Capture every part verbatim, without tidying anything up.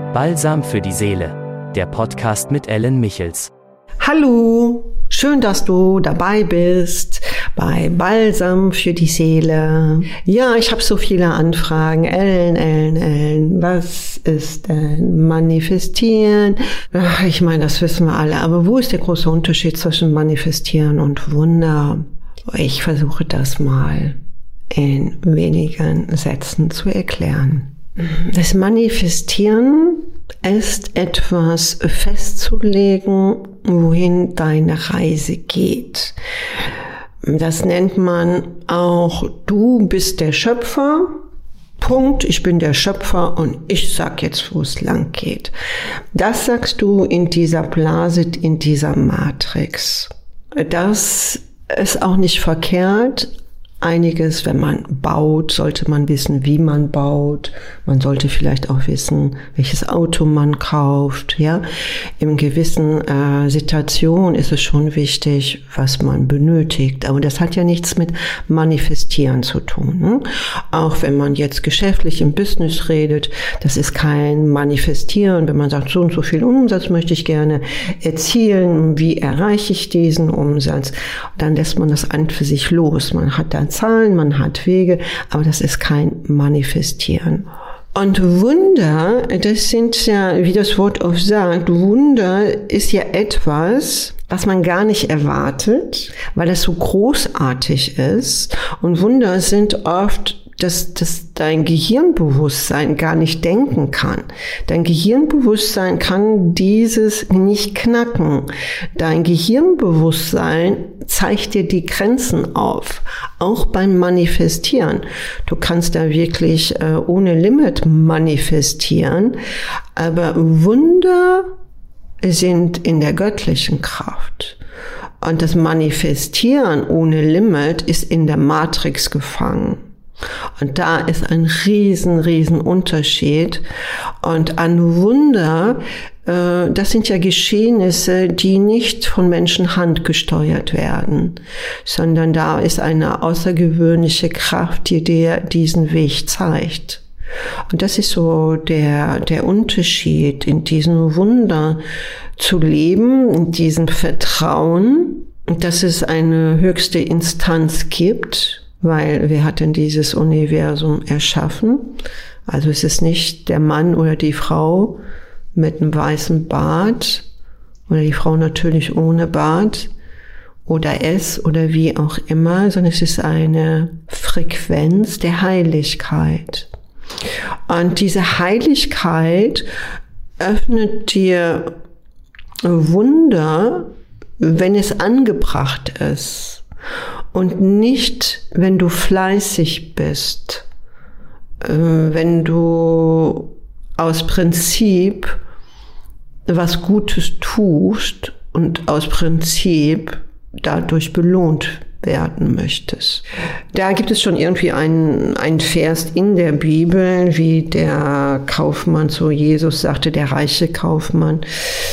Balsam für die Seele, der Podcast mit Ellen Michels. Hallo, schön, dass du dabei bist bei Balsam für die Seele. Ja, ich habe so viele Anfragen. Ellen, Ellen, Ellen, was ist denn Manifestieren? Ach, ich meine, das wissen wir alle, aber wo ist der große Unterschied zwischen Manifestieren und Wunder? Ich versuche das mal in wenigen Sätzen zu erklären. Das Manifestieren ist etwas festzulegen, wohin deine Reise geht. Das nennt man auch, du bist der Schöpfer, Punkt, ich bin der Schöpfer und ich sag jetzt, wo es lang geht. Das sagst du in dieser Blase, in dieser Matrix. Das ist auch nicht verkehrt. Einiges, wenn man baut, sollte man wissen, wie man baut. Man sollte vielleicht auch wissen, welches Auto man kauft. Ja, in gewissen äh, Situationen ist es schon wichtig, was man benötigt. Aber das hat ja nichts mit Manifestieren zu tun. Ne? Auch wenn man jetzt geschäftlich im Business redet, das ist kein Manifestieren. Wenn man sagt, so und so viel Umsatz möchte ich gerne erzielen, wie erreiche ich diesen Umsatz? Dann lässt man das an für sich los. Man hat dann Zahlen, man hat Wege, aber das ist kein Manifestieren. Und Wunder, das sind ja, wie das Wort oft sagt, Wunder ist ja etwas, was man gar nicht erwartet, weil es so großartig ist. Und Wunder sind oft, dass, dass dein Gehirnbewusstsein gar nicht denken kann. Dein Gehirnbewusstsein kann dieses nicht knacken. Dein Gehirnbewusstsein zeigt dir die Grenzen auf, auch beim Manifestieren. Du kannst da wirklich äh, ohne Limit manifestieren, aber Wunder sind in der göttlichen Kraft. Und das Manifestieren ohne Limit ist in der Matrix gefangen. Und da ist ein riesen, riesen Unterschied. Und an Wunder, äh, das sind ja Geschehnisse, die nicht von Menschenhand gesteuert werden, sondern da ist eine außergewöhnliche Kraft, die dir diesen Weg zeigt. Und das ist so der, der Unterschied, in diesem Wunder zu leben, in diesem Vertrauen, dass es eine höchste Instanz gibt, weil wer hat denn dieses Universum erschaffen? Also es ist nicht der Mann oder die Frau mit einem weißen Bart oder die Frau natürlich ohne Bart oder es oder wie auch immer, sondern es ist eine Frequenz der Heiligkeit. Und diese Heiligkeit öffnet dir Wunder, wenn es angebracht ist. Und nicht, wenn du fleißig bist, äh, wenn du aus Prinzip was Gutes tust und aus Prinzip dadurch belohnt werden möchtest. Da gibt es schon irgendwie einen, einen Vers in der Bibel, wie der Kaufmann zu Jesus sagte, der reiche Kaufmann: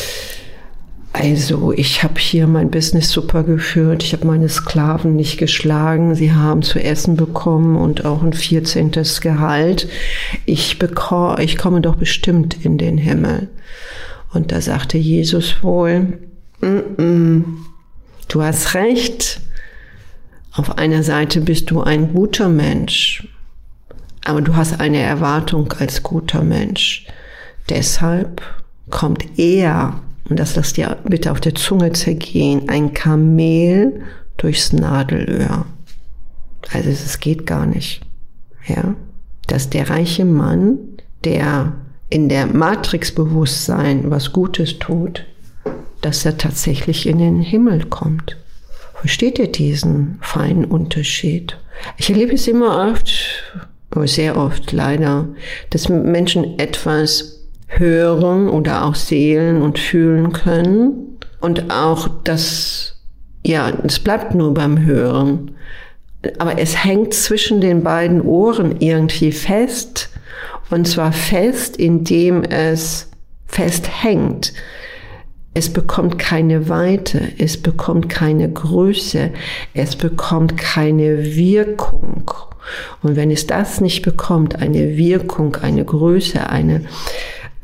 Also, ich habe hier mein Business super geführt, ich habe meine Sklaven nicht geschlagen, sie haben zu essen bekommen und auch ein vierzehntes Gehalt. Ich, bekomme, ich komme doch bestimmt in den Himmel. Und da sagte Jesus wohl, mm-mm, du hast recht, auf einer Seite bist du ein guter Mensch, aber du hast eine Erwartung als guter Mensch. Deshalb kommt er, und das lass dir bitte auf der Zunge zergehen, ein Kamel durchs Nadelöhr. Also es geht gar nicht. Ja? Dass der reiche Mann, der in der Matrixbewusstsein was Gutes tut, dass er tatsächlich in den Himmel kommt. Versteht ihr diesen feinen Unterschied? Ich erlebe es immer oft, oder sehr oft leider, dass Menschen etwas hören oder auch sehen und fühlen können. Und auch das, ja, es bleibt nur beim Hören. Aber es hängt zwischen den beiden Ohren irgendwie fest. Und zwar fest, indem es festhängt. Es bekommt keine Weite, es bekommt keine Größe, es bekommt keine Wirkung. Und wenn es das nicht bekommt, eine Wirkung, eine Größe, eine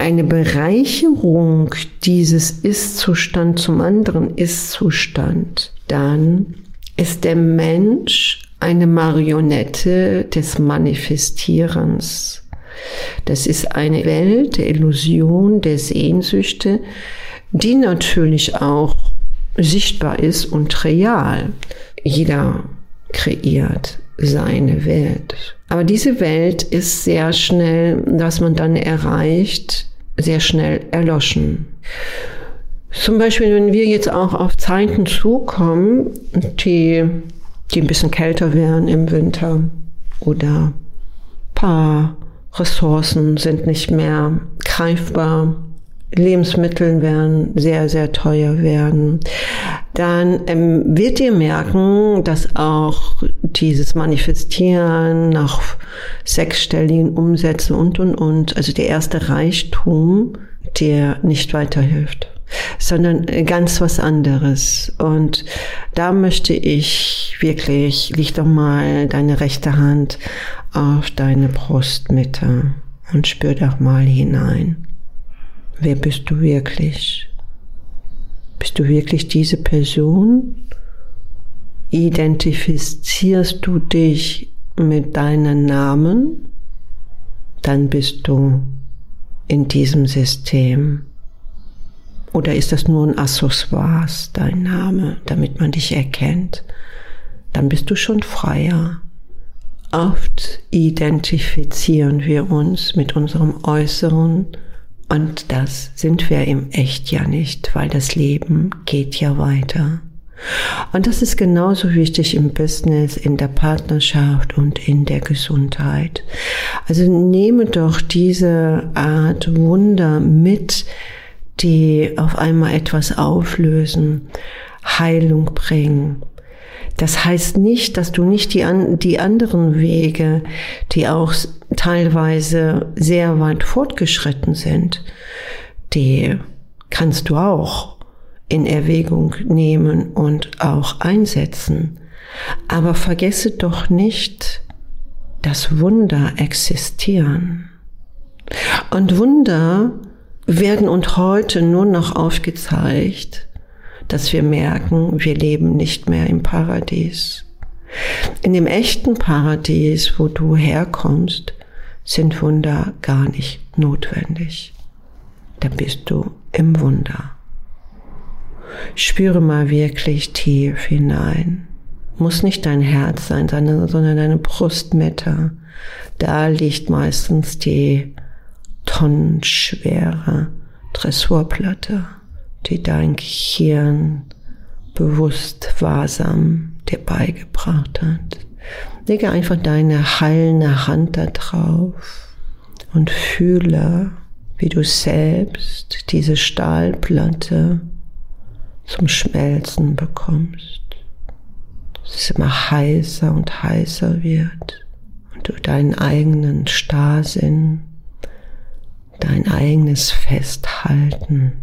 eine Bereicherung dieses Ist-Zustand zum anderen Ist-Zustand, dann ist der Mensch eine Marionette des Manifestierens. Das ist eine Welt der Illusion, der Sehnsüchte, die natürlich auch sichtbar ist und real. Jeder kreiert seine Welt. Aber diese Welt ist sehr schnell, was man dann erreicht, sehr schnell erloschen. Zum Beispiel, wenn wir jetzt auch auf Zeiten zukommen, die, die ein bisschen kälter werden im Winter oder ein paar Ressourcen sind nicht mehr greifbar, Lebensmittel werden sehr, sehr teuer werden, dann ähm, wird ihr merken, dass auch dieses Manifestieren nach sechsstelligen Umsätzen und, und, und, also der erste Reichtum, der nicht weiterhilft, sondern ganz was anderes. Und da möchte ich wirklich, leg doch mal deine rechte Hand auf deine Brustmitte und spür doch mal hinein. Wer bist du wirklich? Bist du wirklich diese Person? Identifizierst du dich mit deinem Namen? Dann bist du in diesem System. Oder ist das nur ein Accessoire, dein Name, damit man dich erkennt? Dann bist du schon freier. Oft identifizieren wir uns mit unserem Äußeren und das sind wir im Echt ja nicht, weil das Leben geht ja weiter. Und das ist genauso wichtig im Business, in der Partnerschaft und in der Gesundheit. Also nehme doch diese Art Wunder mit, die auf einmal etwas auflösen, Heilung bringen. Das heißt nicht, dass du nicht die, an, die anderen Wege, die auch teilweise sehr weit fortgeschritten sind, die kannst du auch in Erwägung nehmen und auch einsetzen. Aber vergesse doch nicht, dass Wunder existieren. Und Wunder werden uns heute nur noch aufgezeigt, dass wir merken, wir leben nicht mehr im Paradies. In dem echten Paradies, wo du herkommst, sind Wunder gar nicht notwendig. Da bist du im Wunder. Spüre mal wirklich tief hinein. Muss nicht dein Herz sein, sondern deine Brustmitte. Da liegt meistens die tonnenschwere Dressurplatte, die dein Gehirn bewusst wahrsam dir beigebracht hat. Lege einfach deine heilende Hand da drauf und fühle, wie du selbst diese Stahlplatte zum Schmelzen bekommst. Dass es immer heißer und heißer wird und du deinen eigenen Starrsinn, dein eigenes Festhalten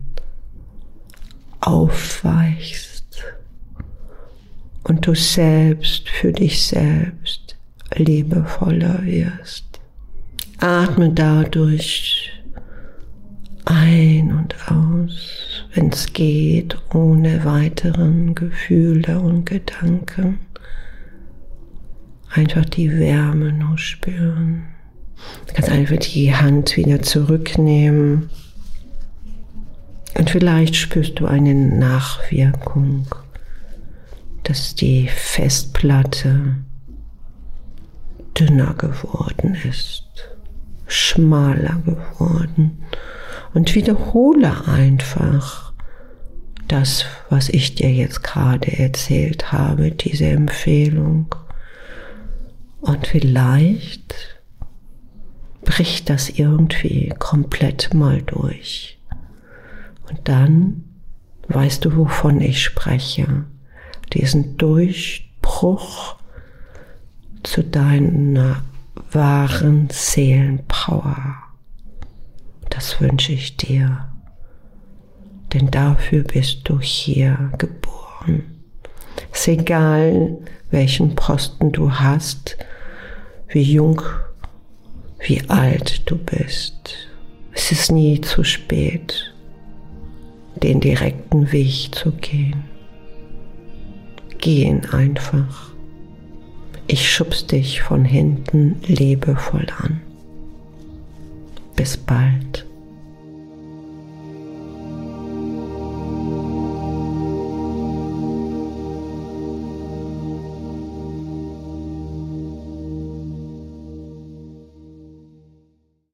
aufweichst und du selbst für dich selbst liebevoller wirst. Atme dadurch ein und aus, wenn es geht, ohne weiteren Gefühle und Gedanken. Einfach die Wärme nur spüren. Du kannst einfach die Hand wieder zurücknehmen. Und vielleicht spürst du eine Nachwirkung, dass die Festplatte dünner geworden ist, schmaler geworden. Und wiederhole einfach das, was ich dir jetzt gerade erzählt habe, diese Empfehlung. Und vielleicht bricht das irgendwie komplett mal durch. Und dann weißt du, wovon ich spreche. Diesen Durchbruch zu deiner wahren Seelenpower. Das wünsche ich dir. Denn dafür bist du hier geboren. Es ist egal, welchen Posten du hast, wie jung, wie alt du bist. Es Es ist nie zu spät, den direkten Weg zu gehen. Geh ihn einfach. Ich schubs dich von hinten liebevoll an. Bis bald.